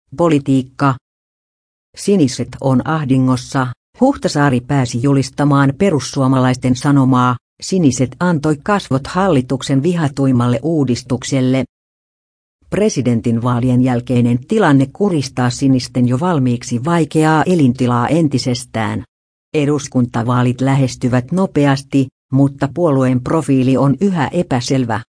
Politiikka. Siniset on ahdingossa. Huhtasaari pääsi julistamaan perussuomalaisten sanomaa. Siniset antoi kasvot hallituksen vihatuimalle uudistukselle. Presidentinvaalien jälkeinen tilanne kuristaa sinisten jo valmiiksi vaikeaa elintilaa entisestään. Eduskuntavaalit lähestyvät nopeasti, mutta puolueen profiili on yhä epäselvä.